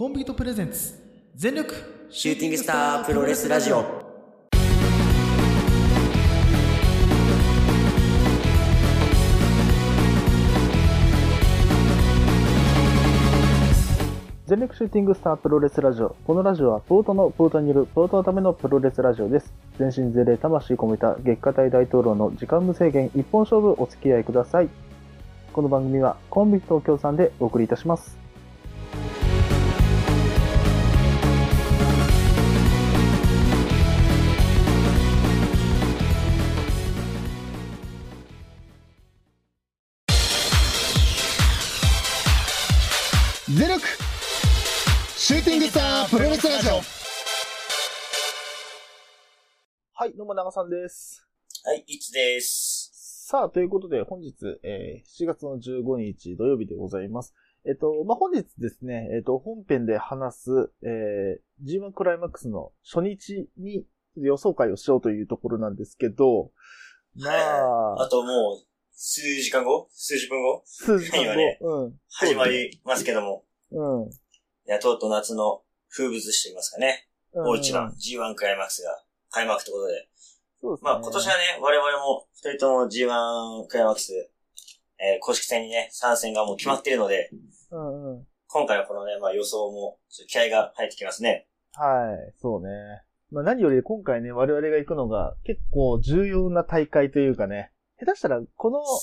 コンビートプレゼンツ全力シューティングスタープロレスラジオ。 全力シューティングスタープロレスラジオ。このラジオはポートのポートによるポートのためのプロレスラジオです。全身全霊魂込めた月下大大統領の時間無制限一本勝負お付き合いください。この番組はコンビ東京さんでお送りいたします。 全力シューティングスタープロレスラジオ。 はい、どうも長さんです。 はい、いつです。 さあ、ということで本日、7月の15日土曜日でございます。本日ですね、本編で話す、G1 クライマックスの初日に予想会をしようというところなんですけど、 あともう、数十分後今ね、始まりますけども。いや、とうとう夏の風物詩と言いますかね。大一番、G1 クライマックスが開幕ってことで。 そうですね。 今年はね、我々も二人とも G1 クライマックス、公式戦にね、参戦がもう決まっているので、今回はこのね、予想も、気合が入ってきますね。 はい、そうね。何より今回ね、我々が行くのが結構重要な大会というかね、下手したらこの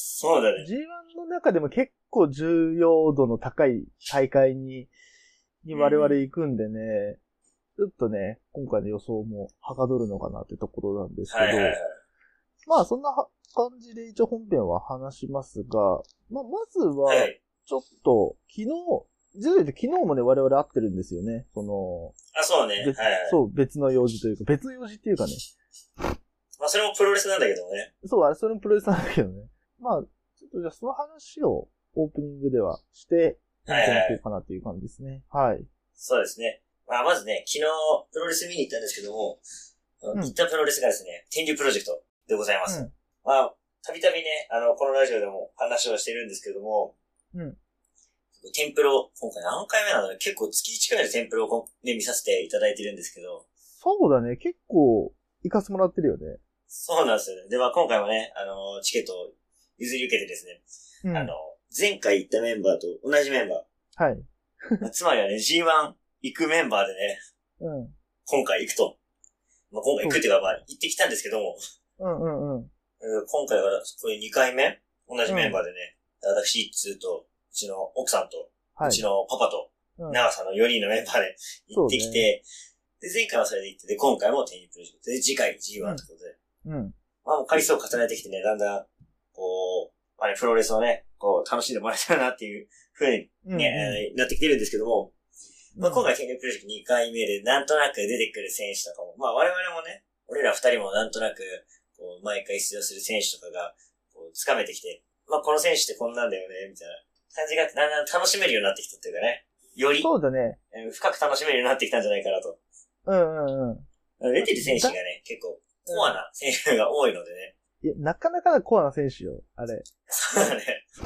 G1 の中でも結構重要度の高い大会に我々行くんでね、ちょっとね、今回の予想もはかどるのかなってところなんですけど、そんな感じで一応本編は話しますが、まずは、ちょっと昨日もね、我々会ってるんですよね。 そうね。 そう、別の用事というか、別の用事っていうかね。 それもプロレスなんだけどね。 そう、それもプロレスなんだけどね。ちょっとじゃあその話をオープニングではして、やっていこうかなっていう感じですね。はい。 そうですね。まずね、昨日プロレス見に行ったんですけども、行ったプロレスがですね、天竜プロジェクトでございます。たびたびね、このラジオでも話をしてるんですけども、テンプロ、今回何回目なので、結構月1くらいでテンプロをね、見させていただいてるんですけど。 そうだね、結構行かせてもらってるよね。 そうなんですよね。で、今回もね、チケットを譲り受けてですね、前回行ったメンバーと同じメンバー。 はい。 つまりはね、G1 行くメンバーでね、今回行くと。今回行くっていうか、行ってきたんですけども。今回はこれ2回目同じメンバーでね、私一通と、うちの奥さんと、うちのパパと、長さんの4人のメンバーで行ってきて、で、前回はそれで行って、で、今回も天竜プロジェクトで、次回 G1 ってことで。もう回数を重ねてきてね、だんだん、プロレスをね、楽しんでもらえたらなっていう風にね、なってきてるんですけども、今回天竜プロジェクト2回目で、なんとなく出てくる選手とかも、我々もね、俺ら2人もなんとなく、毎回出場する選手とかが、つかめてきて、この選手ってこんなんだよね、みたいな感じが、だんだん楽しめるようになってきたっていうかね、より、 そうだね。 深く楽しめるようになってきたんじゃないかなと。出てる選手がね、結構、コアな選手が多いのでね。 いや、なかなかコアな選手よ、あれ。 そうだね。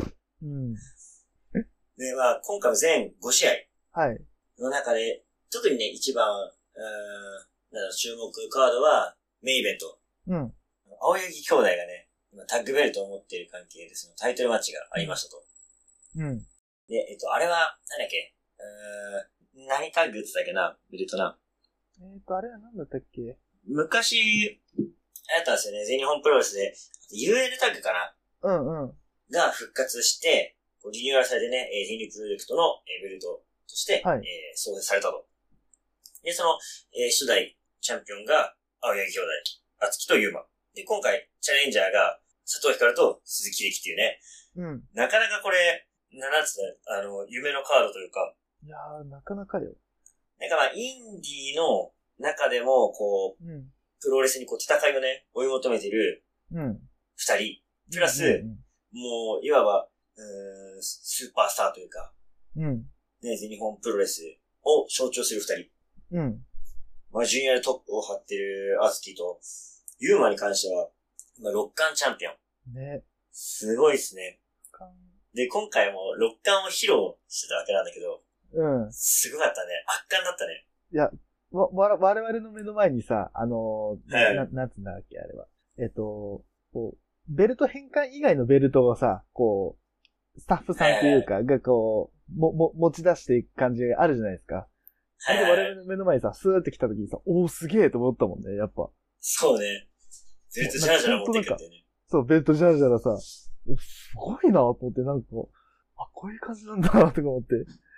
で、今回も全5試合。の中で、特にね、一番、注目カードは、メインイベント。青柳兄弟がね、今タッグベルトを持っている関係で、そのタイトルマッチがありましたと。で、あれは、なんだっけ、何タッグって言ったっけな、ベルトな。 あれは何だったっけ？ 昔、あれだったんですよね、全日本プロレスで、UL タッグかなが復活して、リニューアルされてね、天竜プロジェクトのベルトとして、創設されたと。で、その、初代チャンピオンが、青柳兄弟、厚木と優馬。で、今回、チャレンジャーが、佐藤光と鈴木力っていうね。なかなかこれ、なんつうの、夢のカードというか。 いやー、なかなかよ。 なんかインディーの中でも、プロレスに戦いをね、追い求めてる、二人。プラス、もう、いわば、スーパースターというか、ね、全日本プロレスを象徴する二人。ジュニアでトップを張ってるアスキーと、ユーマに関しては、6冠チャンピオン。 ね。 すごいっすね。で、今回も6冠を披露してたわけなんだけど、 うん。 すごかったね。圧巻だったね。 いや、我々の目の前にさ、なんつうんだっけ、あれは。こう、ベルト変換以外のベルトをさ、こう、スタッフさんっていうか、がこう、持ち出していく感じがあるじゃないですか。あれで我々の目の前にさ、スーって来た時にさ、おーすげえと思ったもんね、やっぱ。 そうね。ベルトジャラジャラ持ってくってね。 そう、ベルトジャラジャラさ、すごいなと思って、なんか、あ、こういう感じなんだなとか思って。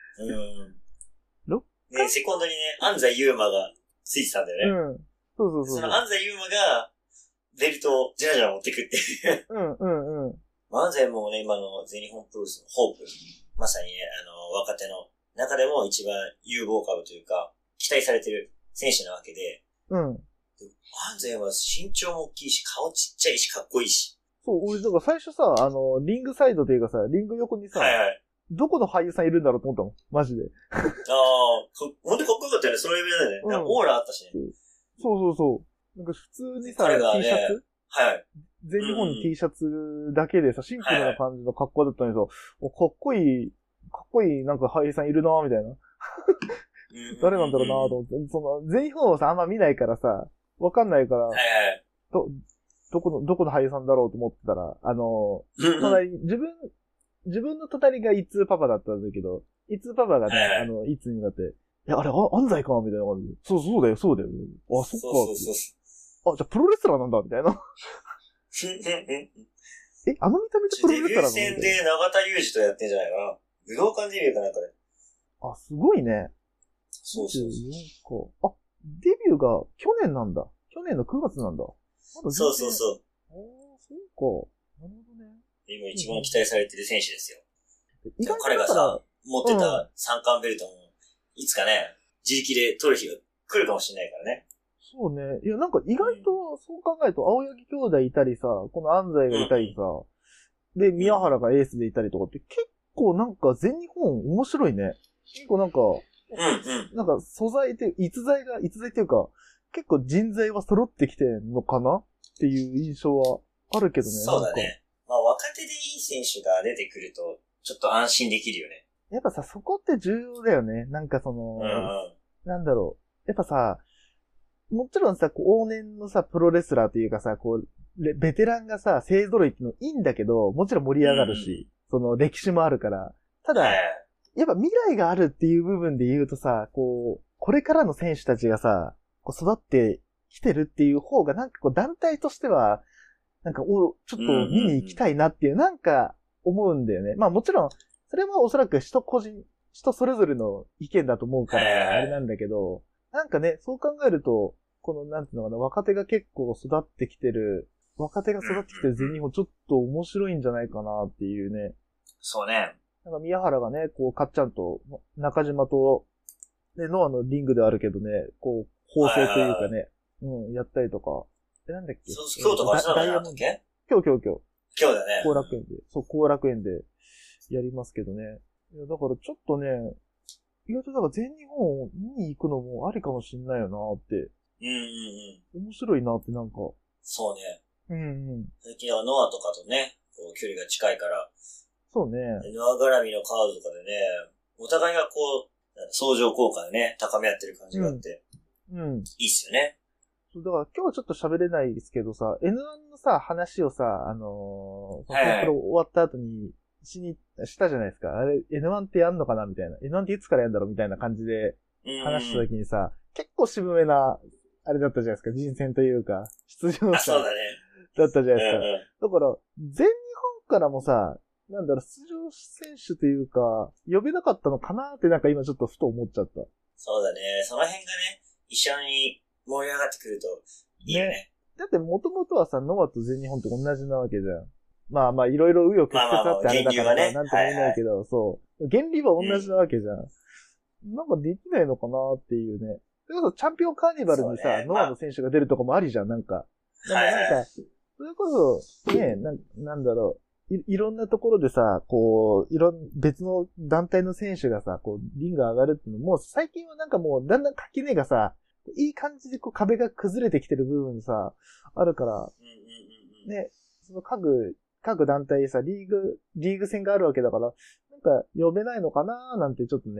ね、セコンドにね、安西優馬がついてたんだよね。 そう。 その安西優馬が、ベルトをジャラジャラ持ってくっていう。安西もね、今の全日本プロレスのホープ。まさにね、若手の中でも一番有望株というか、期待されてる選手なわけで。安西は身長も大きいし、顔ちっちゃいし、かっこいいし。 そう、俺、だから最初さ、リングサイドというかさ、リング横にさ、どこの俳優さんいるんだろうと思ったもん。マジで。 ほんとかっこよかったよね。そのレベルだよね。オーラあったしね。 そう。なんか普通にさ、T シャツ全日本 T シャツだけでさ、シンプルな感じの格好だったのにさ、かっこいいなんか俳優さんいるなみたいな。誰なんだろうなと思って。その、全日本をさ、あんま見ないからさ、わかんないから、どこの俳優さんだろうと思ってたら、自分の隣が一通パパだったんだけど、一通パパがね、いつになって、いや、あれ、安西かみたいな感じで。そうだよ。あ、そっか。あ、じゃあプロレスラーなんだみたいな。あの見た目でプロレスラーなの？デビュー戦で永田裕二とやってんじゃないかな。武道館デビューかなんかで。 あ、すごいね。 そう。 あ、デビューが去年なんだ。去年の9月なんだ。 そう。 ああ、そうか。なるほどね。 今一番期待されてる選手ですよ。彼がさ、持ってた三冠ベルトも、いつかね、自力で取る日が来るかもしれないからね。 そうね。いや、なんか意外と、そう考えると、青柳兄弟いたりさ、この安西がいたりさ、で、宮原がエースでいたりとかって、結構なんか全日本面白いね。結構なんか、なんか素材って、逸材っていうか、結構人材は揃ってきてんのかなっていう印象はあるけどね。 そうだね。まあ若手でいい選手が出てくると、ちょっと安心できるよね。 やっぱさ、そこって重要だよね。なんかその、なんだろう。やっぱさ、もちろんさ、往年のさ、プロレスラーというかさ、ベテランがさ、勢揃いっていうのいいんだけど、もちろん盛り上がるし、その歴史もあるから。ただ、やっぱ未来があるっていう部分で言うとさ、これからの選手たちがさ、育ってきてるっていう方がなんか団体としては、なんかちょっと見に行きたいなっていう、なんか思うんだよね。まあもちろん、それはおそらく人それぞれの意見だと思うから、あれなんだけど、なんかね、そう考えると、なんていうのかな、若手が結構育ってきてる全日本ちょっと面白いんじゃないかなっていうね。 そうね。 なんか宮原がね、かっちゃんと中島と、ね、ノアのリングであるけどね、構成というかね、やったりとか。なんだっけ？ 今日とかしたのなんだっけ？ 今日。 今日だね。 後楽園でやりますけどね。いや、だからちょっとね、意外とだから全日本を見に行くのもありかもしんないよなって。面白いなってなんか。 そうね。最近はノアとかとね、距離が近いから。 そうね。 ノア絡みのカードとかでね、お互いが相乗効果でね、高め合ってる感じがあって。いいっすよね。 だから今日はちょっと喋れないですけどさ、N1 のさ、話をさ、これ終わった後にしたじゃないですか。あれ、N1 ってやんのかなみたいな。N1 っていつからやんだろうみたいな感じで話した時にさ、結構渋めな、あれだったじゃないですか。人選というか、出場者そうだね。 だったじゃないですか。だから、全日本からもさ、出場選手というか、呼べなかったのかなってなんか今ちょっとふと思っちゃった。 そうだね。その辺がね、一緒に盛り上がってくるといいよね。 だって元々はさ、ノアと全日本って同じなわけじゃん。まあいろいろ紆余曲折あってあれだからさ、なんとも言えないけど、そう。原理は同じなわけじゃん。なんかできないのかなっていうね。それこそチャンピオンカーニバルにさ、ノアの選手が出るとかもありじゃん、なんか。なんか、それこそ、ね、なんだろう。いろんなところでさ、別の団体の選手がさ、リング上がるっていうのも、最近はなんかもう、だんだん垣根がさ、いい感じで壁が崩れてきてる部分さ、あるから、ね、その各団体さ、リーグ戦があるわけだから、なんか呼べないのかなーなんてちょっとね、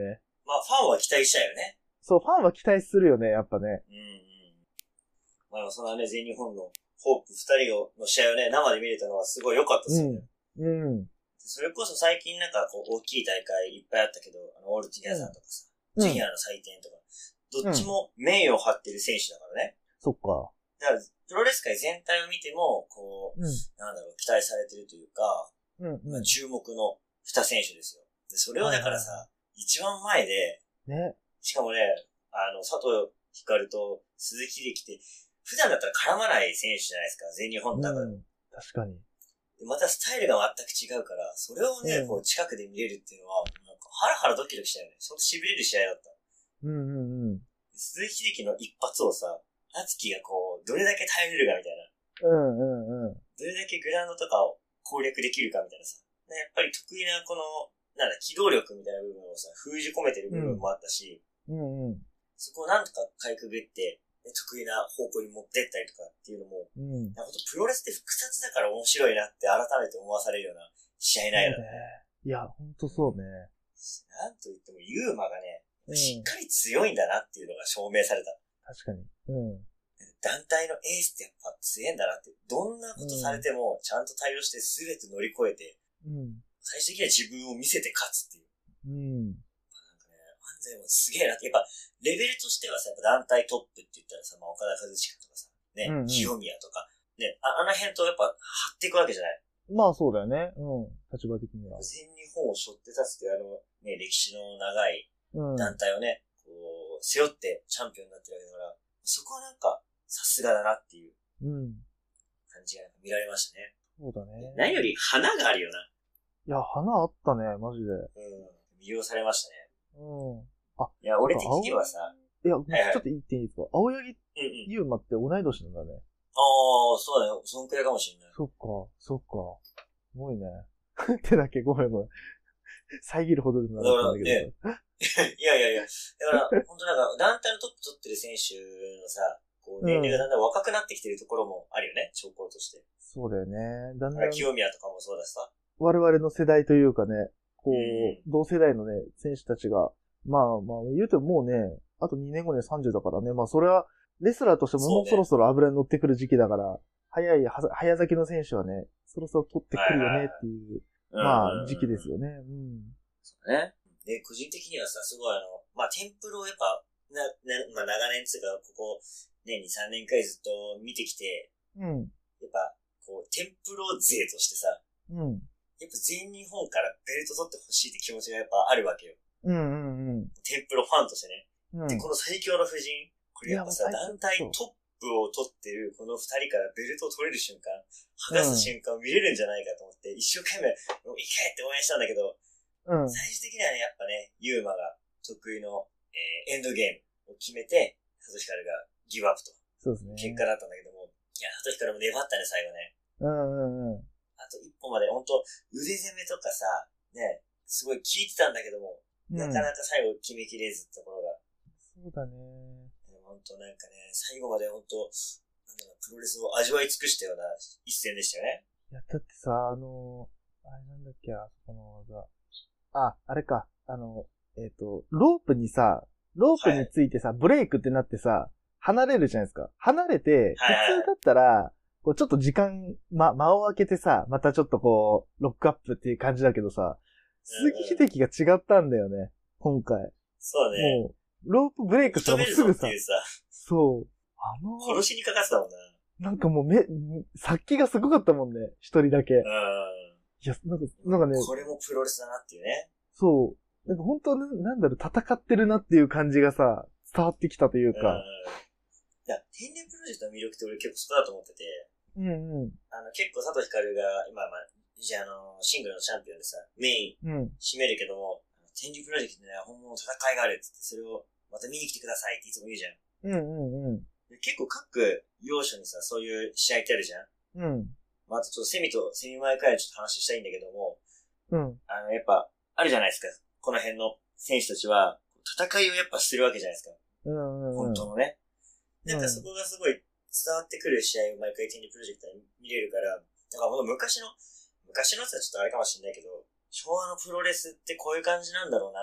まあ、ファンは期待したよね。 そう、ファンは期待するよね、やっぱね。 まあ、そんなね、全日本のホープ2人の試合をね、生で見れたのはすごい良かったですよね。それこそ最近なんかこう、大きい大会いっぱいあったけど、オールティギャザーとかさ、ジュニアの祭典とか、どっちも名誉を張ってる選手だからね。 そっか。 だから、プロレス界全体を見ても、こう、なんだろう、期待されてるというか、まあ、注目の2選手ですよ。で、それをだからさ、一番前で、ね。しかもね、佐藤光と鈴木秀樹って、普段だったら絡まない選手じゃないですか、全日本だから。 確かに。 でまたスタイルが全く違うから、それをね、こう近くで見れるっていうのは、なんかハラハラドキドキしたよね。ちょっと痺れる試合だった。鈴木秀樹の一発をさ、夏樹がこう、どれだけ耐えれるかみたいな。どれだけグラウンドとかを攻略できるかみたいなさ。やっぱり得意なこの、機動力みたいな部分をさ、封じ込めてる部分もあったし、そこをなんとかかいくぐって、得意な方向に持ってったりとかっていうのも、なんかプロレスって複雑だから面白いなって改めて思わされるような試合内容だね。 いや、ほんとそうね。 なんと言ってもユーマがね、しっかり強いんだなっていうのが証明された。 確かに。 団体のエースってやっぱ強いんだなって、どんなことされてもちゃんと対応して全て乗り越えて、最終的には自分を見せて勝つっていう。なんかね、安西もすげえなって、やっぱレベルとしてはさ、やっぱ団体トップって言ったらさ、まあ、岡田和親とかさ、ね、清宮とか、ね、あの辺とやっぱ張っていくわけじゃない。 まあそうだよね。立場的には。 全日本を背負って立つってね、歴史の長い団体をね、こう、背負ってチャンピオンになってるわけだから、そこはなんか、さすがだなっていう感じが見られましたね。 そうだね。 何より花があるよな。 いや、花あったね、マジで。 魅了されましたね。いや、俺的にはさ、 いや、ちょっと言っていいですか？青柳優馬って同い年なんだね。 ああ、そうだよ。そんくらいかもしれない。 そっか。すごいね。ってだけ、ごめん。遮るほどでもなかったんだけど。 いや。だから、本当なんか、団体のトップ取ってる選手のさ、こう、年齢がだんだん若くなってきてるところもあるよね、兆候として。 そうだよね。 だんだん。清宮とかもそうだしさ。 我々の世代というかね、こう、同世代のね、選手たちが、まあ、言うてももうね、あと2年後に30だからね、まあそれは、レスラーとしてももうそろそろ油に乗ってくる時期だから、早咲きの選手はね、そろそろ取ってくるよねっていう、まあ、時期ですよね。 そうだね。で、個人的にはさ、すごいまあ、テンプロをやっぱ、まあ、長年つうか、ここ、ね、2、3年くらいずっと見てきて、やっぱ、こう、テンプロ勢としてさ、やっぱ全日本からベルト取ってほしいって気持ちがやっぱあるわけよ。テンプロファンとしてね。で、この最強の布陣、これやっぱさ、団体トップを取ってるこの2人からベルトを取れる瞬間、剥がす瞬間を見れるんじゃないかと思って、一生懸命、もういけって応援したんだけど、最終的にはね、やっぱね、ユーマが得意の、エンドゲームを決めて、佐藤光がギブアップと。 そうですね。 結果だったんだけども、いや、佐藤光も粘ったね、最後ね。あと一歩まで、ほんと、腕攻めとかさ、ね、すごい効いてたんだけども、なかなか最後決めきれずってところが。 そうだね。 ほんとなんかね、最後までほんと、なんだろう、プロレスを味わい尽くしたような一戦でしたよね。 いや、だってさ、あれなんだっけ、あそこの技。あれか、ロープについてさ、ブレイクってなってさ、離れるじゃないですか。離れて、普通だったら、こうちょっと時間、間を空けてさ、またちょっとこう、ロックアップっていう感じだけどさ、鈴木秀樹が違ったんだよね、今回。 そうね。 もう、ロープブレイクしたらもうすぐさ、そう。 殺しにかかってたもんな。 なんかもう殺気がすごかったもんね、一人だけ。いや、なんかね。 これもプロレスだなっていうね。 そう。なんか本当なんだろう、戦ってるなっていう感じがさ、伝わってきたというか。 いや、天然プロジェクトの魅力って俺結構そこだと思ってて。結構佐藤光が今、シングルのチャンピオンでさ、メイン、占めるけども、天竜プロジェクトには本物の戦いがあるってって、それをまた見に来てくださいっていつも言うじゃん。結構各要所にさ、そういう試合ってあるじゃん。まあ、あとちょっとセミ前からちょっと話したいんだけども、やっぱ、あるじゃないですか。この辺の選手たちは、戦いをやっぱするわけじゃないですか。本当のね。なんかそこがすごい伝わってくる試合を毎回天竜プロジェクトに見れるから、なんかほんと昔のやつはちょっとあれかもしれないけど、昭和のプロレスってこういう感じなんだろうな、みたい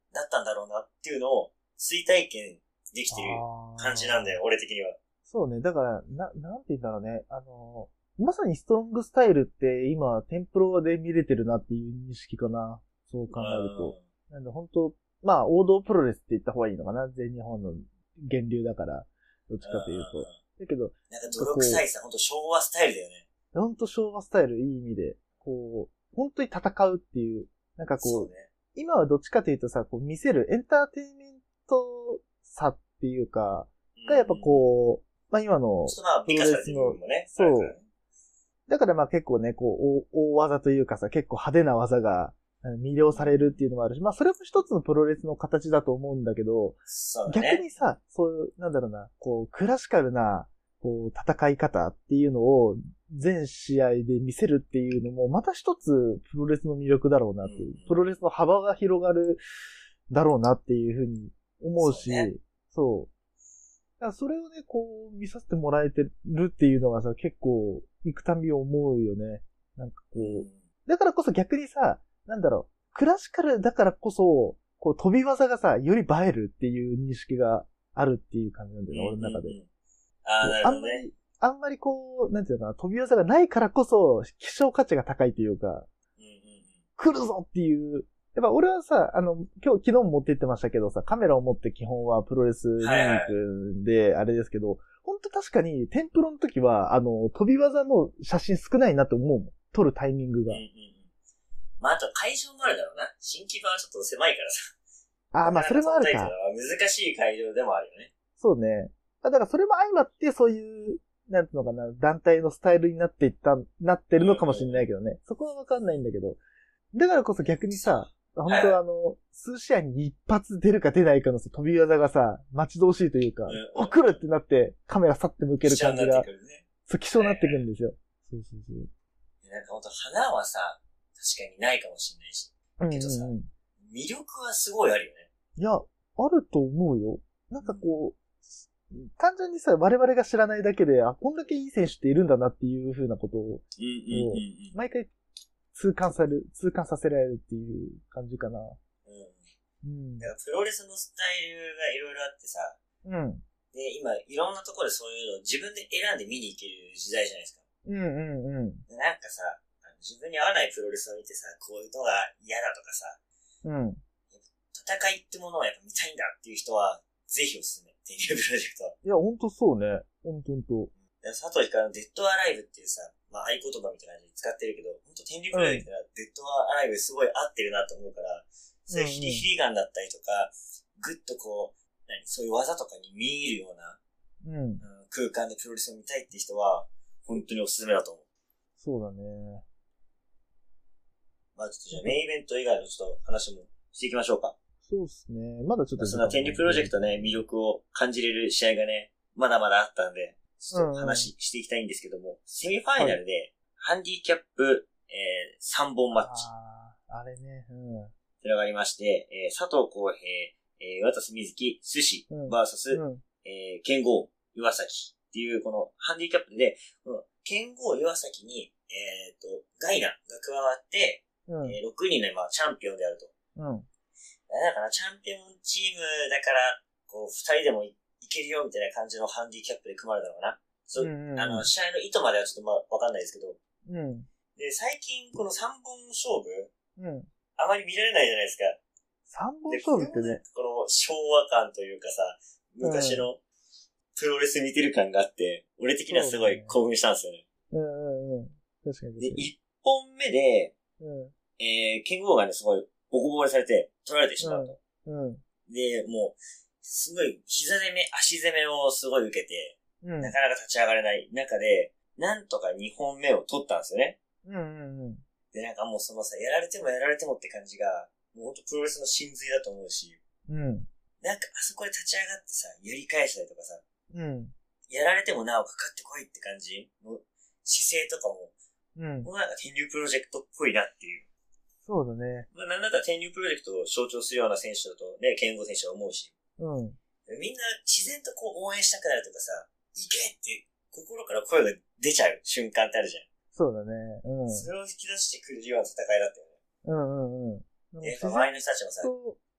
だったんだろうなっていうのを追体験できてる感じなんだよ、俺的には。 そうね。だから、なんて言うんだろうね。まさにストロングスタイルって今、テンプロで見れてるなっていう認識かな。そう考えると。なんで本当まあ、王道プロレスって言った方がいいのかな。全日本の源流だから、どっちかというと。だけど、 なんか泥臭いさ、本当昭和スタイルだよね。 本当昭和スタイル、いい意味で。こう、本当に戦うっていう。なんかこう、ね、今はどっちかというとさ、こう見せるエンターテインメントさっていうか、がやっぱこう、まあ今の、 プロレスの、ね、 そう。だからまあ結構ね、こう、大技というかさ、結構派手な技が魅了されるっていうのもあるし、まあそれも一つのプロレスの形だと思うんだけど、ね、逆にさ、そういう、なんだろうな、こう、クラシカルな、こう、戦い方っていうのを全試合で見せるっていうのも、また一つプロレスの魅力だろうなっていう、プロレスの幅が広がるだろうなっていうふうに思うし、そう。だからそれをね、こう、見させてもらえてるっていうのがさ、結構、行くたび思うよね。なんかこう、だからこそ逆にさ、なんだろう、クラシカルだからこそ、こう、飛び技がさ、より映えるっていう認識があるっていう感じなんだよね、俺の中で。 なるほどね。 あんまりこう、なんていうのかな、飛び技がないからこそ、希少価値が高いというか、来るぞっていう、やっぱ俺はさ、昨日も持って行ってましたけどさ、カメラを持って基本はプロレス見に行くんで、あれですけど、ほんと確かに、テンプロの時は、飛び技の写真少ないなって思うもん。撮るタイミングが。 まあ、あと会場もあるだろうな。新木場はちょっと狭いからさ。 まあそれもあるか。 難しい会場でもあるよね。 そうね。だからそれも相まって、そういう、なんていうのかな、団体のスタイルになってるのかもしれないけどね。そこはわかんないんだけど。だからこそ逆にさ、本当数試合に一発出るか出ないかの飛び技がさ、待ち遠しいというか、来るってなってカメラさって向ける感じが、そう、希少になってくるんですよ。そうそうそう。 なんかほんと花はさ、確かにないかもしれないし。けどさ、魅力はすごいあるよね。 いや、あると思うよ。なんかこう、単純にさ、我々が知らないだけで、こんだけいい選手っているんだなっていう風なことを、毎回痛感させられるっていう感じかな。 だからプロレスのスタイルがいろいろあってさ、で、今、いろんなところでそういうのを自分で選んで見に行ける時代じゃないですか。なんかさ、自分に合わないプロレスを見てさ、こういうのが嫌だとかさ、戦いってものをやっぱ見たいんだっていう人は、ぜひおすすめ。天竜プロジェクト。 いや、ほんとそうね。ほんと。 佐藤ひかるのデッドアライブっていうさ、まあ合言葉みたいな感じで使ってるけど、ほんと天竜プロジェクトはデッドアライブすごい合ってるなと思うから、そういうヒリヒリガンだったりとか、ぐっとこう、そういう技とかに見入るような、空間でプロレスを見たいっていう人は、本当におすすめだと思う。 そうだね。 まあちょっとじゃあメインイベント以外のちょっと話もしていきましょうか。 そうですね。まだちょっと。 そんな天竜プロジェクトね、魅力を感じれる試合がね、まだまだあったんで、ちょっと話していきたいんですけども、セミファイナルで、ハンディキャップ、3本マッチ。 あれね。 ってのがありまして、佐藤浩平、渡瀬瑞希、寿司、バーサス、剣豪、岩崎っていうこのハンディキャップで、この剣豪岩崎に、ガイナが加わって、6人の今チャンピオンであると。だからチャンピオンチームだから、こう、2人でもいけるよみたいな感じのハンディキャップで組まれたのかな。試合の意図まではちょっとわかんないですけど。で、最近この3本勝負、あまり見られないじゃないですか。 3本勝負ってね。 この昭和感というかさ、昔のプロレス見てる感があって、俺的にはすごい興奮したんですよね。 確かに。 で、1本目で、剣豪がね、すごいボコボコにされて取られてしまうと。で、もう、すごい膝攻め、足攻めをすごい受けて、なかなか立ち上がれない中で、なんとか2本目を取ったんですよね。で、なんかもうそのさ、やられてもって感じが、もうほんとプロレスの真髄だと思うし、なんかあそこで立ち上がってさ、やり返したりとかさ、やられてもなおかかってこいって感じの姿勢とかも、もうなんか天竜プロジェクトっぽいなっていう。 そうだね。 まあなんだったら天竜プロジェクトを象徴するような選手だとね、剣豪選手は思うし。みんな自然とこう応援したくなるとかさ、いけって心から声が出ちゃう瞬間ってあるじゃん。 そうだね。 それを引き出してくれるような戦いだったよね。やっぱ周りの人たちもさ、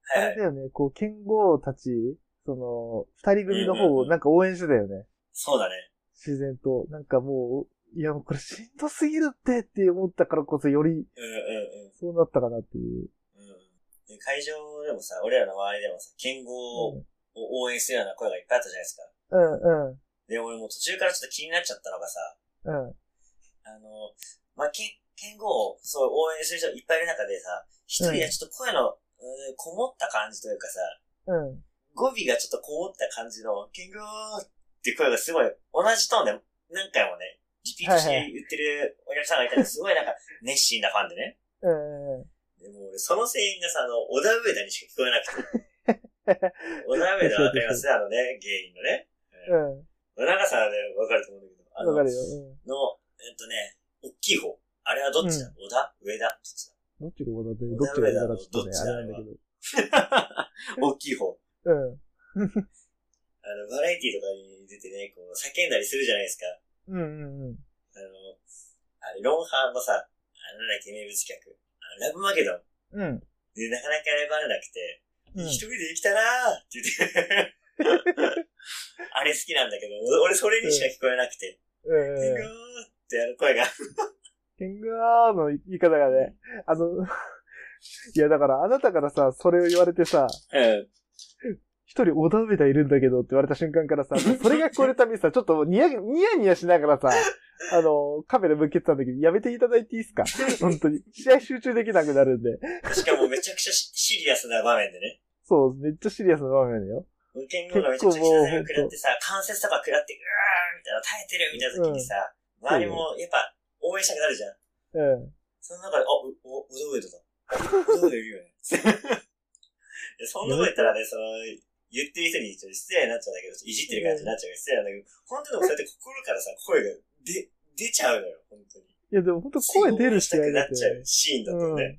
はいはい。 あれだよね、こう、剣豪たち、二人組の方をなんか応援してたよね。 そうだね。 自然と。なんかもう、いやもうこれしんどすぎるって思ったからこそより、そうなったかなっていう。 で会場でもさ、俺らの周りでもさ、剣豪を応援するような声がいっぱいあったじゃないですか。で、俺も途中からちょっと気になっちゃったのがさ、剣豪をそう応援する人いっぱいいる中でさ、一人はちょっと声の、こもった感じというかさ、語尾がちょっとこもった感じの、剣豪って声がすごい同じトーンで何回もね、リピートして言ってるお客さんがいたらすごいなんか熱心なファンでね。でも俺その声援がさ、小田上田にしか聞こえなくて。小田上田わかりますね、芸人のね。長さはね、わかると思うんだけど。 わかるよ。 大きい方。あれはどっちだ、小田上田どっちだどっちが小田で、どっちが上田かちょっとね、あれなんだけど。 大きい方。バラエティとかに出てね、こう、叫んだりするじゃないですか。ロンハーのさ、なんだっけ、名物客。ラブマゲドン。で、なかなか選ばれなくて、一人で生きたなーって言って、あれ好きなんだけど、俺それにしか聞こえなくて、ケンゴーってやる声が。 ケンゴーの言い方がね、いやだからあなたからさ、それを言われてさ、一人小田上田いるんだけどって言われた瞬間からさ、それが聞こえるためにさ、ちょっとニヤニヤしながらさ、カメラ向けてたんだけど、やめていただいていいですか？本当に。試合集中できなくなるんで。 しかもめちゃくちゃシリアスな場面でね。 そう、めっちゃシリアスな場面だよ。 ケンゴーがめちゃくちゃ膝が食らってさ、関節とか食らって、うーみたいな、耐えてるみたいな時にさ、周りもやっぱ応援したくなるじゃん。その中で、小田上田だ。小田上田いるよね。そんなこと言ったらね、言ってる人に失礼になっちゃうんだけど、いじってる感じになっちゃうから失礼なんだけど、本当にそうやって心からさ、声が出ちゃうのよ、本当に。いや、 でも本当声出る試合だって。なっちゃうシーンだとね。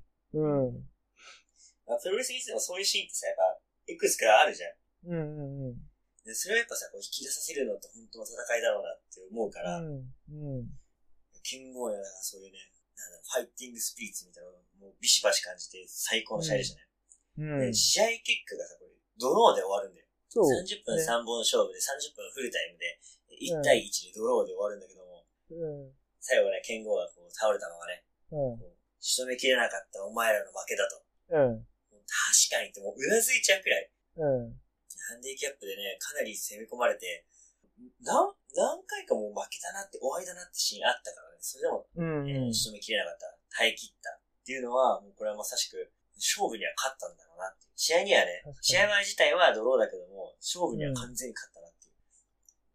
プロレスにしてもそういうシーンってさ、やっぱ、いくつかあるじゃん。でそれはやっぱさ、こう引き出させるのって本当の戦いだろうなって思うから、剣豪やだからそういうね、ファイティングスピリッツみたいなのをもうビシバシ感じて最高の試合でしたね。で試合結果がさ、これ、ドローで終わるんだよ。30分3本勝負で30分フルタイムで、1対1でドローで終わるんだけども、最後ね、剣豪がこう倒れたままね、仕留めきれなかったお前らの負けだと。確かにってもううなずいちゃうくらい。ハンディキャップでね、かなり攻め込まれて、何回かもう負けたなって、終わりだなってシーンあったからね、それでも、仕留めきれなかった、耐え切ったっていうのは、もうこれはまさしく、勝負には勝ったんだろうなっていう。試合にはね、試合前自体はドローだけども、勝負には完全に勝ったなっていう。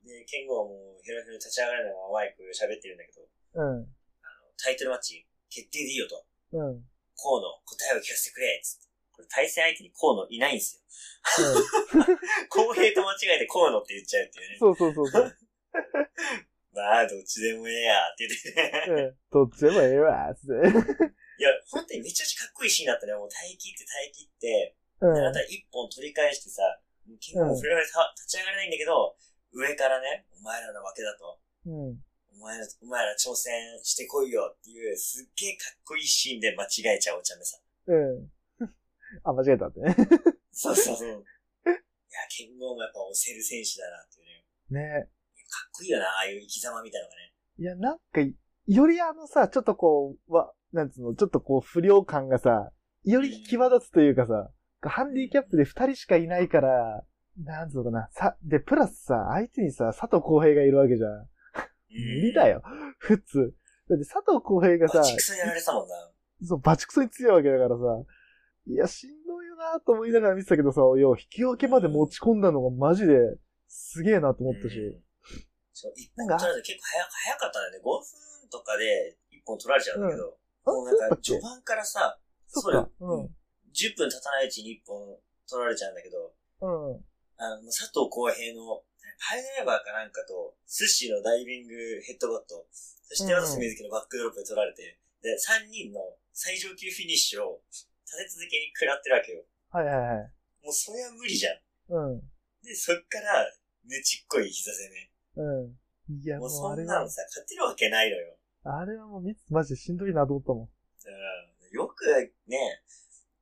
で、ケンゴはもうヘロヘロ立ち上がれないままマイク喋ってるんだけど、タイトルマッチ決定でいいよと。河野、答えを聞かせてくれっつって。これ対戦相手に河野いないんですよ。公平と間違えて河野って言っちゃうっていうね。 そう。 まあ、どっちでもええやって言ってね。 どっちでもええわ、つって。 いや、本当にめちゃくちゃかっこいいシーンだったね。もう耐え切って、あと一本取り返してさ、ケンゴも触れられ立ち上がれないんだけど、上からね、お前らの負けだと。お前ら挑戦してこいよっていう、すっげえかっこいいシーンで間違えちゃうお茶目さ。 あ、間違えたってね。 そう。いや、ケンゴもやっぱ押せる選手だなっていうね。 ね。 かっこいいよな、ああいう生き様みたいなのがね。 いや、なんか、よりさ、ちょっとこう、なんつうの、ちょっとこう、不良感がさ、より際立つというかさ、ハンディキャップで2人しかいないから、なんつうのかな、で、プラスさ、相手にさ、佐藤浩平がいるわけじゃん。無理だよ。普通。だって佐藤浩平がさ、 バチクソにやられたもんな。 そう、バチクソに強いわけだからさ、いや、しんどいよなと思いながら見てたけどさ、引き分けまで持ち込んだのがマジで、すげえなと思ったし。 そう、一本取られて結構早かったんだよね。5分とかで一本取られちゃうんだけど、もうなんか序盤からさ、そうだよ。10分経たないうちに一本取られちゃうんだけど、佐藤浩平のパイドライバーかなんかと、寿司のダイビングヘッドバット、そして渡瀬瑞希のバックドロップで取られて、で、3人の最上級フィニッシュを立て続けに食らってるわけよ。もうそれは無理じゃん。で、そっから、ねちっこい膝攻め。いや、もうそんなのさ、勝てるわけないのよ。 あれはもうマジでしんどいなと思ったもん。 よくね、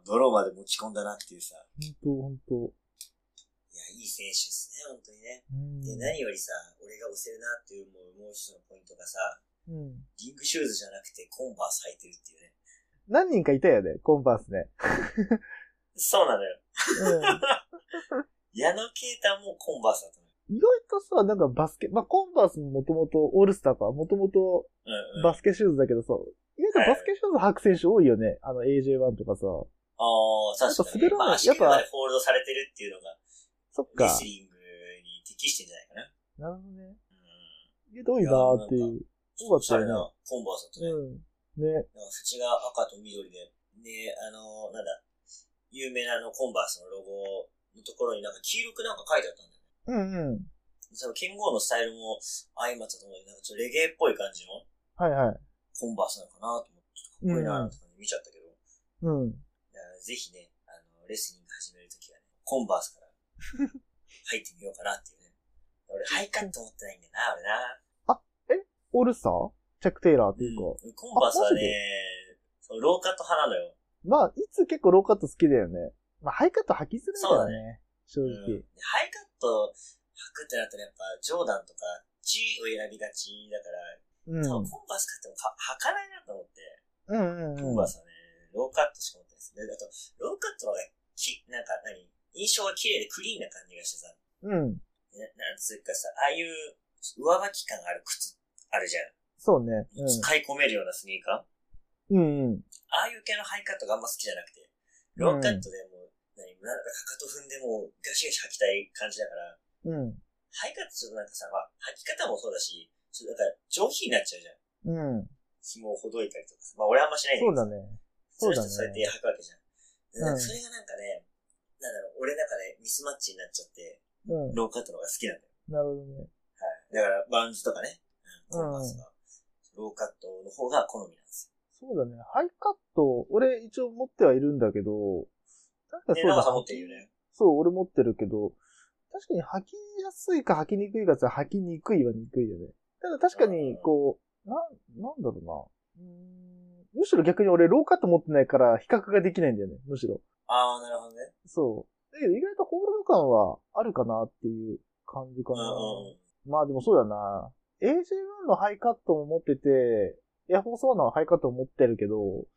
ドローまで持ち込んだなっていうさ。 ほんと。 いや、いい選手ですね、本当にね。で、何よりさ、俺が押せるなっていうもう一つのポイントがさ、リングシューズじゃなくてコンバース履いてるっていうね。 何人かいたよね、コンバースね。 そうなのよ。矢野啓太もコンバースだったのよ。 意外とさ、なんかバスケ、まあ、コンバースももともとオールスターか、もともとバスケシューズだけどさ、意外とバスケシューズ履く選手多いよね。AJ1 とかさ。 確かに、ね。まあ、足首までホールドされてるっていうのが、 そっか。 レスリングに適してんじゃないかな。 なるほどね。意外と多いなーっていう。 そうだったよね。コンバースだったね。 ね。 なんか縁が赤と緑で、ね、なんだ、有名なコンバースのロゴのところになんか黄色くなんか書いてあったんだよね。その剣豪のスタイルも相まったと思うよ。なんかちょっとレゲエっぽい感じの。 はいはい。 コンバースなのかなと思って、ちょっとかっこいいなーって感じで見ちゃったけど。ぜひね、レスリング始めるときはね、コンバースから入ってみようかなっていうね。俺、ハイカット持ってないんだよな、俺な。 オールスターチャック・テイラーっていうか。 コンバースはね、ローカット派なのよ。 まあ、いつ結構ローカット好きだよね。まあ、ハイカット履きづらいからね。正直。 ハイカット履くってなったらやっぱ、ジョーダンとか、G を選びがちだから、多分コンバース買っても履かないなと思って。コンバースはね、ローカットしか持ってないですね。あと、ローカットの方が、なんか印象が綺麗でクリーンな感じがしてさ。なんつうかさ、ああいう上履き感ある靴あるじゃん。 そうね。 使い込めるようなスニーカー。ああいう系のハイカットがあんま好きじゃなくて、ローカットでもう、なんかかかと踏んでもうガシガシ履きたい感じだから、ハイカットちょっとなんかさ、まあ、履き方もそうだし、ちょっとなんか上品になっちゃうじゃん。紐をほどいたりとかさ。まあ俺はあんましないんだけど。そうだね。そうだね。そうやって履くわけじゃん。それがなんかね、なんだろう、俺の中でミスマッチになっちゃって、ローカットの方が好きなんだよ。 なるほどね。 はい。だから、バウンズとかね、コンバースが、ローカットの方が好みなんですよ。そうだね。ハイカット、俺一応持ってはいるんだけど、 確かにそうだね。長さ持ってるよね。 そう、俺持ってるけど、確かに履きやすいか履きにくいかって履きにくいはにくいよね。ただ確かに、こう、なんだろうな。むしろ逆に俺ローカット持ってないから比較ができないんだよね、むしろ。 ああ、なるほどね。 そう。だけど意外とホールド感はあるかなっていう感じかな。まあでもそうだな。AJ1 のハイカットも持ってて、エアフォース1のハイカットも持ってるけど、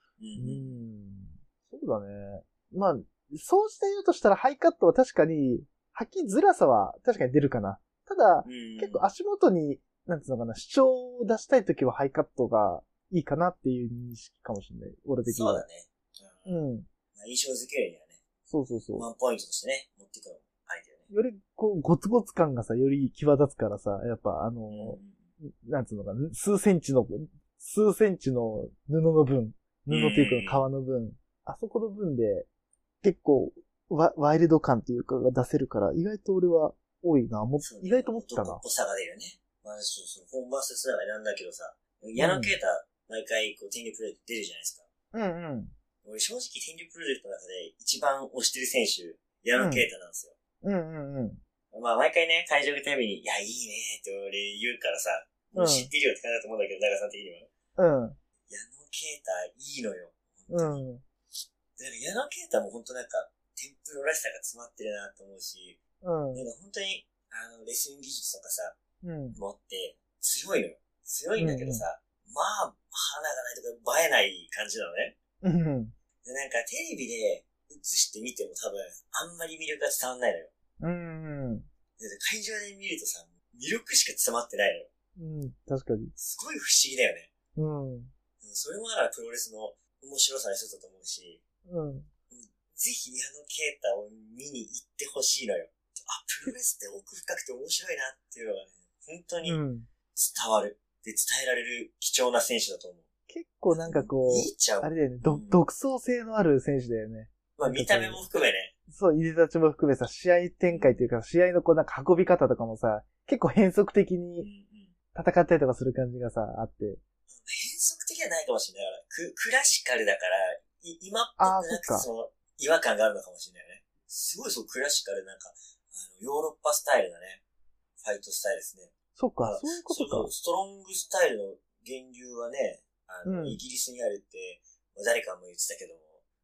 そうだね。まあ、そうして言うとしたらハイカットは確かに、履きづらさは確かに出るかな。ただ、結構足元に、なんていうのかな、主張を出したいときはハイカットがいいかなっていう認識かもしれない。俺的には。そうだね。 印象づけるにはね。 そうそうそう。 ワンポイントとしてね、持っていくのもありだよね。 より、こう、ゴツゴツ感がさ、より際立つからさ、やっぱなんつうのかな、数センチの布の分、布っていうか革の分、あそこの分で、結構、ワイルド感っていうかが出せるから、意外と俺は多いな。意外と思ったな。 男っぽさが出るね。まあ、本場説ながらなんだけどさ、矢野啓太、毎回こう、天竜プロジェクト出るじゃないですか。俺正直天竜プロジェクトの中で一番推してる選手、矢野啓太なんですよ。まあ毎回ね、会場行くたびに、いや、いいねって俺言うからさ、もう知ってるよって感じだと思うんだけど、長さん的には。矢野啓太いいのよ。だから矢野啓太も本当なんか、テンプロらしさが詰まってるなと思うし、なんか本当に、レスリング技術とかさ、持って強いのよ。強いんだけどさ、まあ、花がないとか映えない感じなのね。でなんかテレビで映してみても多分、あんまり魅力が伝わんないのよ。で会場で見るとさ、魅力しか詰まってないのよ。 確かに。 すごい不思議だよね。それもだからプロレスの面白さの一つだと思うし、ぜひ矢野啓太を見に行ってほしいのよ。プロレスって奥深くて面白いなっていうのがね、本当に伝わる。で、伝えられる貴重な選手だと思う。 結構なんかこう、あれだよね、独創性のある選手だよね。 まあ見た目も含めね。 そう、入れ立ちも含めさ、試合展開っていうか、試合のこうなんか運び方とかもさ、結構変則的に戦ったりとかする感じがさ、あって。 変則的じゃないかもしれない。クラシカルだから、今っぽくなくその違和感があるのかもしれないね。すごいクラシカルなんか、ヨーロッパスタイルだね。ファイトスタイルですね。 そっか、そういうことか。 ストロングスタイルの源流はね、イギリスにあるって、誰かも言ってたけども、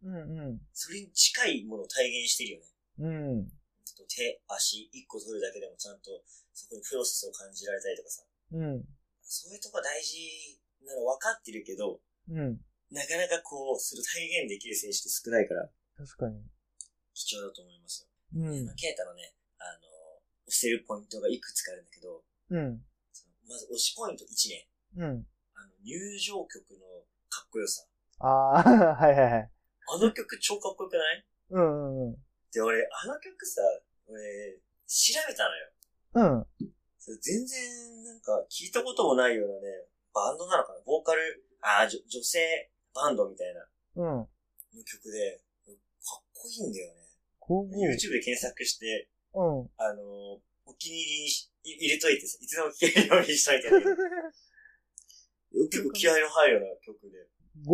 うんうん。 それに近いものを体現してるよね。 うん。 手、足、一個取るだけでもちゃんとそこにプロセスを感じられたりとかさ。 うん。 そういうとこ大事なの分かってるけど、 うん。 なかなかこう、それを体現できる選手って少ないから。 確かに。 貴重だと思いますよ。うん。 ケイタのね、押せるポイントがいくつかあるんだけど、 うん。 まず押しポイント1ね。 うん。 入場曲のかっこよさ。 ああ、はいはいはい。 あの曲超かっこよくない？ うんうんうん。 で、俺、あの曲さ、調べたのよ。うん。全然、なんか、聞いたこともないようなね、バンドなのかな？ボーカル、女性バンドみたいな。うん。の曲で、かっこいいんだよね。YouTube で検索して、うん。お気に入りに入れといてさ、いつでも聴けるようにしといてね。結構気合いの入るような曲で。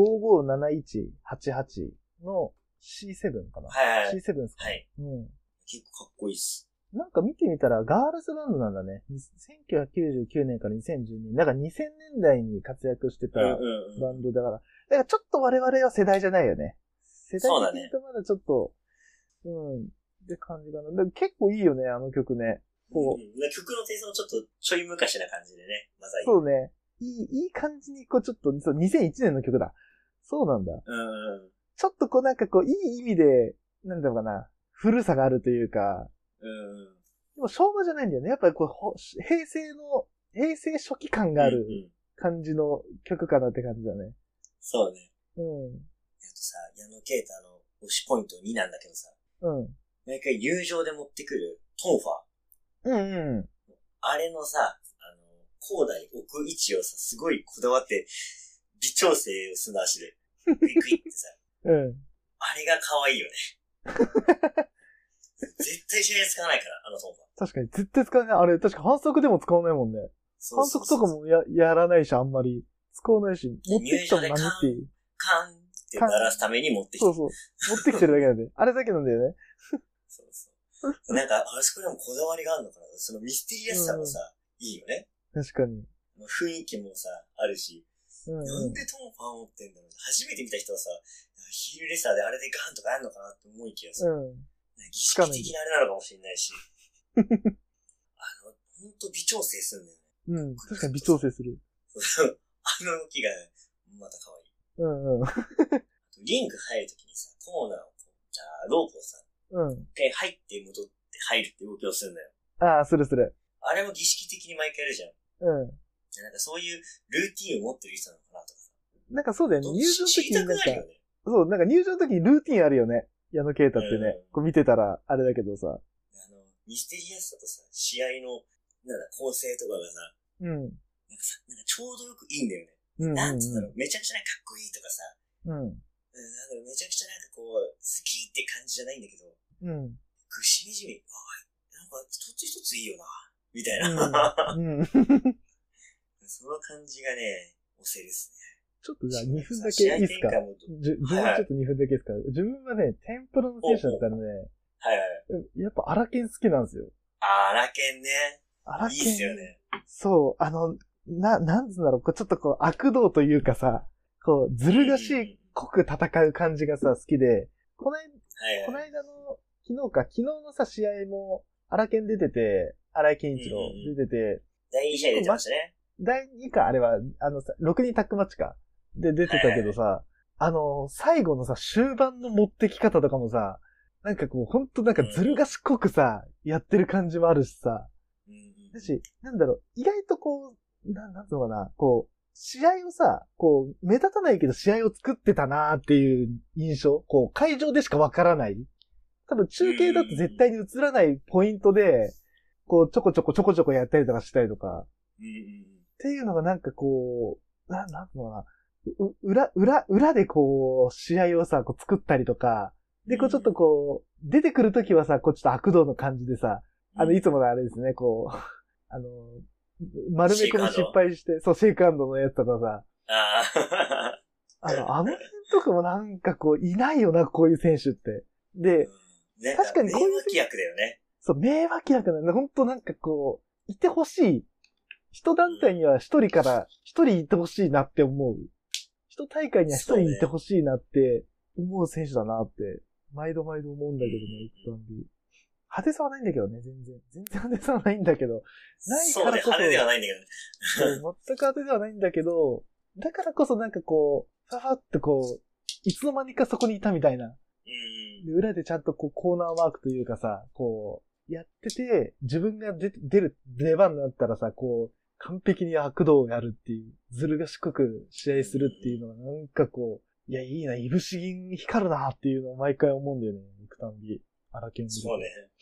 557188の C7 かな？ はいはい。 C7 ですか？ はい。うん。結構かっこいいっす。 なんか見てみたらガールズバンドなんだね。1999年から2012年。だから2000年代に活躍してたバンドだから。だからちょっと我々は世代じゃないよね。世代的に言うとまだちょっと、うん、って感じかな。だから結構いいよね、あの曲ね。 こう。曲のテイストもちょっとちょい昔な感じでね。まさに。 そうね。いい感じに、こうちょっと、そう、2001年の曲だ。そうなんだ。ちょっとこうなんかこう、いい意味で、なんだろうかな。古さがあるというか。でも昭和じゃないんだよね。やっぱりこう、平成初期感がある感じの曲かなって感じだね。 そうね。うん。あとさ、矢野啓太の推しポイント2なんだけどさ。うん。毎回友情で持ってくるトンファー。うんうん。あれのさ、コーダに置く位置をさ、すごいこだわって、微調整をする足で。グイグイってさ。うん。あれが可愛いよね。絶対試合使わないから、あのトンファー。 確かに、絶対使わない。あれ、確か反則でも使わないもんね。反則とかもやらないし、あんまり。使わないし。持ってきたの何っていう。 カンって鳴らすために持ってきてる。 そうそう。持ってきてるだけなんで。あれだけなんだよね。 そうそう。なんか、あそこでもこだわりがあるのかな。そのミステリアスさもさ、いいよね。 確かに。 雰囲気もさ、あるし。なんでトンファー持ってんだろう。初めて見た人はさ、ヒールレスラーであれでガンとかやるのかなって思いきやさ。儀式的なあれなのかもしれないし。ほんと微調整するんだよね。うん。確かに微調整する。 あの動きが、また可愛い。うんうん。リング入るときにさ、コーナーをロープをさ、一回入って戻って入るって動きをするんだよ。 ああ、するする。 あれも儀式的に毎回やるじゃん。うん。なんかそういうルーティーンを持ってる人なのかなとかさ。 なんかそうだよね。入場の時になんか、そう、なんか入場の時にルーティーンあるよね。矢野啓太ってね。こう見てたら、あれだけどさ。 ミステリアスさとさ、試合の、構成とかがさ、なんかちょうどよくいいんだよね。なんつうんだろう、めちゃくちゃかっこいいとかさ、めちゃくちゃこう、好きって感じじゃないんだけど、しみじみ、なんか一つ一ついいよな、みたいな。その感じがね、押せるっすね。 ちょっとじゃあ2分だけいいっすか？自分ちょっと2分だけいいっすか？自分はね、テンプロの選手だったらね、はいはい。やっぱアラケン好きなんですよ。 アラケンね。アラケン。いいっすよね。 そう、なんつうんだろう、ちょっとこう、悪道というかさ、こう、ずる賢く戦う感じがさ、好きで、この間の、昨日のさ、試合も、アラケン出てて、荒井健一郎出てて、 第2試合出てましたね。 第2か、あれは、6人タックマッチか。で出てたけどさ、最後のさ、終盤の持ってき方とかもさ、なんかこう、ほんとなんかずる賢くさ、やってる感じもあるしさ、だし、なんだろう、意外とこう、なんつうのかな、こう、試合をさ、こう、目立たないけど試合を作ってたなーっていう印象、こう、会場でしかわからない。多分中継だと絶対に映らないポイントで、こう、ちょこちょこやったりとかしたりとか、っていうのがなんかこう、なんつうのかな、裏でこう、試合をさ、こう作ったりとか、で、こうちょっとこう、出てくるときはさ、こうちょっと悪道の感じでさ、いつものあれですね、こう、丸め込み失敗して、そう、シェイクハンドのやつとかさ。あの辺とかもなんかこう、いないよな、こういう選手って。で、確かにこういう。 迷惑役だよね。 そう、迷惑役なんだ。ほんとなんかこう、いてほしい。一団体には一人いてほしいなって思う。一大会には一人いてほしいなって思う選手だなって、毎度毎度思うんだけどね、行くたんび。派手さはないんだけどね、全然派手さはないんだけど。ないからこそ。そうね、 派手ではないんだけどね。 そう、全く派手ではないんだけど、だからこそなんかこう、ファファってこう、いつの間にかそこにいたみたいな。で裏でちゃんとこうコーナーワークというかさ、こう、やってて、自分が出る出番になったらさ、こう、完璧に悪道をやるっていう、ずる賢く試合するっていうのはなんかこう、いや、いいな、いぶし銀光るなっていうのを毎回思うんだよね、行くたんび。荒研そうね。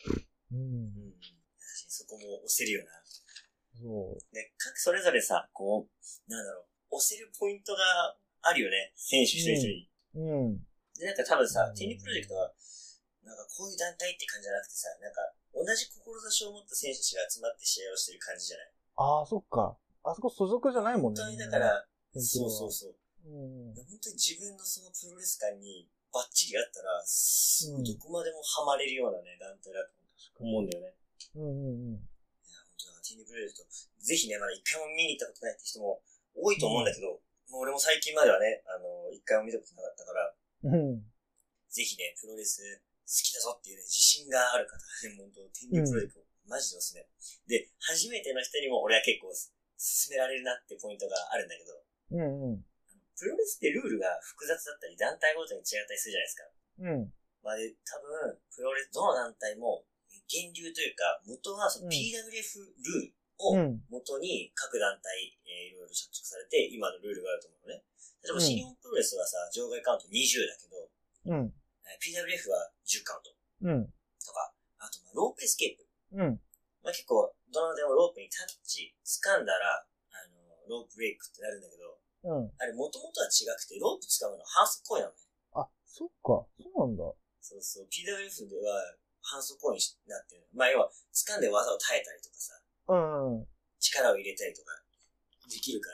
そこも押せるよな。 そう。 ね、各それぞれさ、こう、なんだろう、押せるポイントがあるよね、選手一人一人。で、なんか多分さ、テニプロジェクトは、なんかこういう団体って感じじゃなくてさ、なんか同じ志を持った選手たちが集まって試合をしてる感じじゃない？ ああ、そっか。あそこ所属じゃないもんね。 本当にだから、そう。本当に自分のそのプロレス界にバッチリあったら、どこまでもハマれるようなね、団体だと思うんだよね。いや、本当だ、テニプロジェクト、ぜひね、まだ一回も見に行ったことないって人も多いと思うんだけど、もう俺も最近まではね、一回も見たことなかったから、ぜひね、プロレス好きだぞっていうね、自信がある方はね、本当天竜プロジェクト、マジでおすすめ。で、初めての人にも俺は結構勧められるなってポイントがあるんだけど、プロレスってルールが複雑だったり、団体ごとに違ったりするじゃないですか。まあで、多分、プロレス、どの団体も、源流というか、元はその PWF ルールを元に各団体、いろいろ着色されて、今のルールがあると思うのね。例えば新日本プロレスはさ、場外カウント20だけど、PWF は10カウント。とか、あとロープエスケープ。まあ結構、どのでもロープにタッチ、掴んだら、ロープブレイクってなるんだけど、あれ元々は違くて、ロープ掴むのは反則行為なのね。 あ、そっか。そうなんだ。 そうそう。PWF では反則行為になってる。まあ要は、掴んで技を耐えたりとかさ、力を入れたりとか、できるから、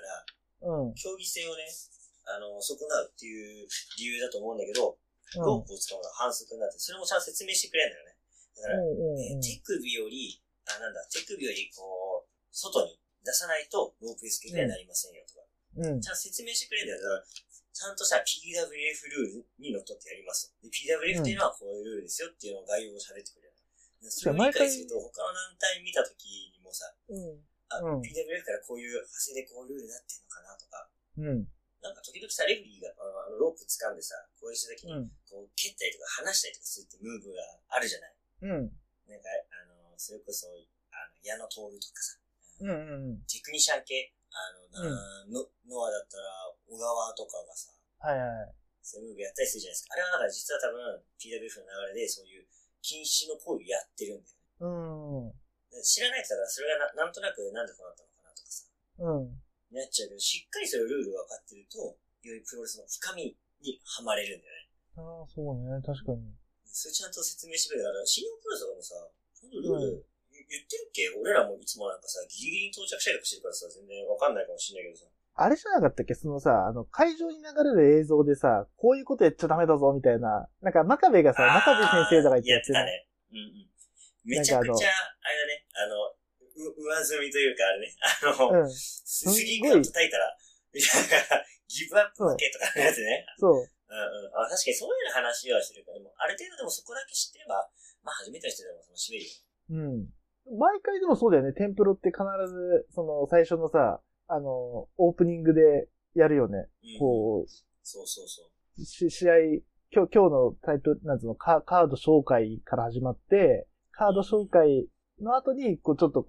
競技性をね、損なうっていう理由だと思うんだけど、ロープを使うのは反則になって、それもちゃんと説明してくれるんだよね。だから、手首よりこう、外に出さないとロープエスケープにはなりませんよとか。ちゃんと説明してくれるんだよ。だから、ちゃんとした PWF ルールにのっとってやりますと。で、PWF っていうのはこういうルールですよっていうのを概要を喋ってくれる。それを理解すると、他の団体見たときにもさ、PWF からこういう派生でこういうルールになってんのかなとか、なんか時々さ、レフリーがロープ掴んでさ、こういうしたときに、こう蹴ったりとか離したりとかするってムーブがあるじゃない。なんか、それこそ、矢野徹とかさ、テクニシャン系、ノアだったら、小川とかがさ、そういうムーブやったりするじゃないですか。あれはだから実は多分、PWF の流れでそういう禁止の行為をやってるんだよね。知らない人だから、それがなんとなくなんでこうなったのかなとかさ、なっちゃうけど、しっかりそれルール分かってると、よりプロレスの深みにはまれるんだよね。 ああ、そうね、確かに。 それちゃんと説明してくれたから、新日本プロレスとかもさ、そのルール、言ってるっけ？俺らもいつもなんかさ、ギリギリに到着したりとかしてるからさ、全然わかんないかもしれないけどさ。 あれじゃなかったっけ？そのさ、会場に流れる映像でさ、こういうことやっちゃダメだぞ、みたいな。なんか、真壁がさ、真壁先生とか言ってやってたね。めちゃくちゃ、あれだね、上積みというかあれね、スリーカウント叩いたら、ギブアップ負けとかのやつね。 そう。 確かにそういう話はしてるから、でもある程度でもそこだけ知ってれば、まあ初めての人でも楽しめるよ。 毎回でもそうだよね。テンプロって必ず、最初のさ、オープニングでやるよね。こう。 そう。 試合、今日のタイトル、なんつうの、カード紹介から始まって、カード紹介の後に、ちょっと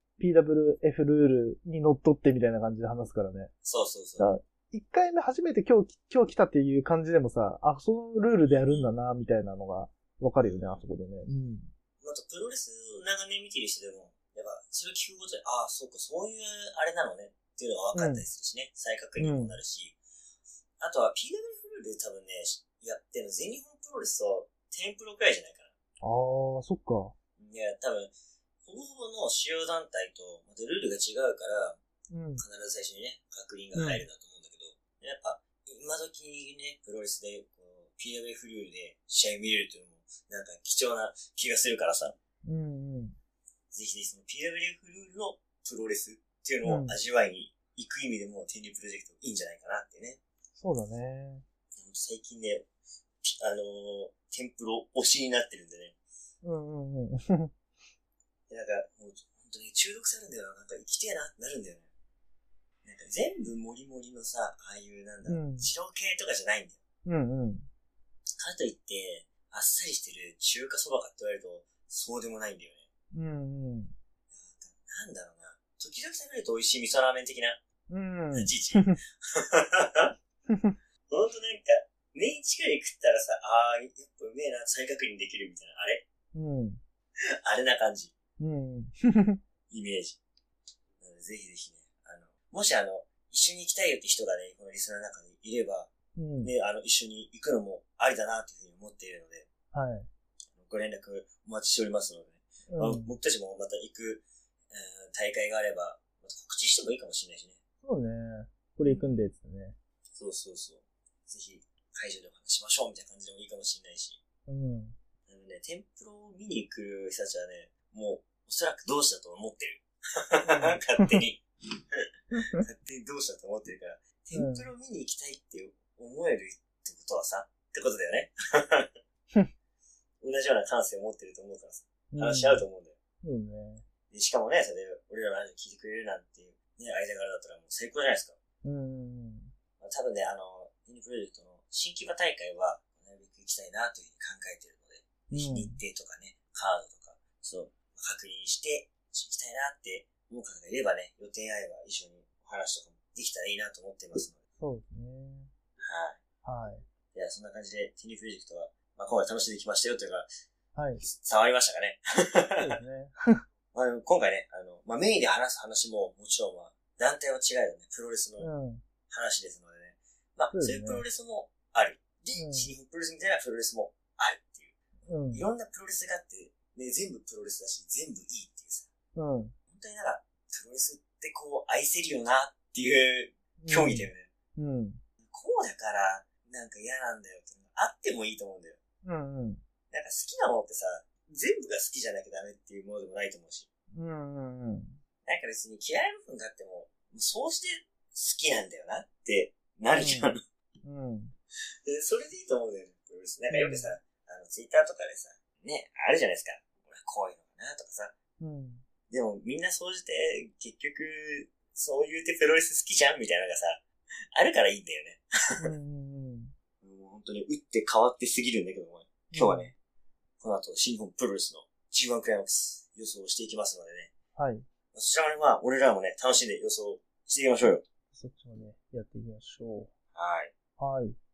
PWF ルールに乗っ取ってみたいな感じで話すからね。 そう。 一回目初めて今日来たっていう感じでもさ、あ、そのルールでやるんだな、みたいなのがわかるよね、あそこでね。 あと、プロレスを長年見てる人でも、やっぱ、それを聞くことで、ああ、そうか、そういうあれなのね、っていうのが分かったりするしね、再確認にもなるし、あとは PWF ルールで多分ね、やってるの、全日本プロレスとテンプロくらいじゃないかな。 ああ、そっか。 いや、多分、ほぼほぼの主要団体と、またルールが違うから、必ず最初にね、確認が入るんだと思うんだけど、やっぱ、今時ね、プロレスで、PWF ルールで試合見れるというのも、なんか貴重な気がするからさ。ぜひその PWF ルールのプロレスっていうのを味わいに行く意味でも、天竜プロジェクトいいんじゃないかなってね。 そうだね。 最近ね、 テンプロ推しになってるんでね。 うんうんうん。 なんか、もう、本当に中毒されるんだよな。なんか生きてえなってなるんだよね。なんか全部モリモリのさ、ああいうなんだ、二郎系とかじゃないんだよ。 うんうん。 かといって、あっさりしてる中華そばかって言われると、そうでもないんだよね。 うんうん。 なんだろうな。時々食べると美味しい味噌ラーメン的な。 うん。 じじ。ほんとなんか、年一くらい食ったらさ、やっぱうめえな、再確認できるみたいな、あれうん。 あれな感じ。 うん。 イメージ。ぜひぜひね、もし一緒に行きたいよって人がね、このリスナーの中にいれば、ね、一緒に行くのもありだなというふうに思っているので、 はい。 ご連絡お待ちしておりますので、ね、僕たちもまた行く、大会があれば、また告知してもいいかもしれないしね。 そうね。これ行くんでっつってね。 そうそうそう。ぜひ、会場でお話しましょうみたいな感じでもいいかもしれないし。テンプロを見に行く人たちはね、もう、おそらく同志だと思ってる。勝手に。勝手に同志だと思ってるから、テンプロを見に行きたいって思えるってことはさ、ってことだよね。同じような感性を持ってると思うからさ、話し合うと思うんだよ。 ね。 でしかもね、それで俺らの話を聞いてくれるなんていう、ね、間柄だったらもう最高じゃないですか。多分ね、ミニプロジェクトの新木場大会は、なるべく行きたいなというふうに考えているので、日程とかね、カードとか、確認して、行きたいなって思う方がいればね、予定合えば一緒にお話とかもできたらいいなと思っていますので。 そうですね。はい。はい。 いや、そんな感じで、ティニープロジェクトは、今回楽しんできましたよというのが、 はい。 伝わりましたかね。 そうですね。 今回ね、メインで話す話も、もちろん団体は違うよね、プロレスの話ですのでね。そういうプロレスもある。で、新日本プロレスみたいなプロレスもあるっていう。いろんなプロレスがあって、ね、全部プロレスだし、全部いいっていうさ。本当になんか、プロレスって愛せるよなっていう競技だよね。こうだから、なんか嫌なんだよっていうのがあってもいいと思うんだよ。なんか好きなものってさ、全部が好きじゃなきゃダメっていうものでもないと思うし。なんか別に嫌いな部分があっても、そうして好きなんだよなってなるじゃん。それでいいと思うんだよね。なんかよくさ、ツイッターとかでさ、ね、あるじゃないですか。俺こういうのかなとかさ。でもみんな総じて結局、そう言うてプロレス好きじゃんみたいなのがさ、あるからいいんだよね。もう本当に打って変わってすぎるんだけども、今日はね、この後新日本プロレスの G1 クライマックス予想していきますのでね。 はい。 そちらもね、俺らもね、楽しんで予想していきましょうよ。 そっちもね、やっていきましょう。 はい。 はい。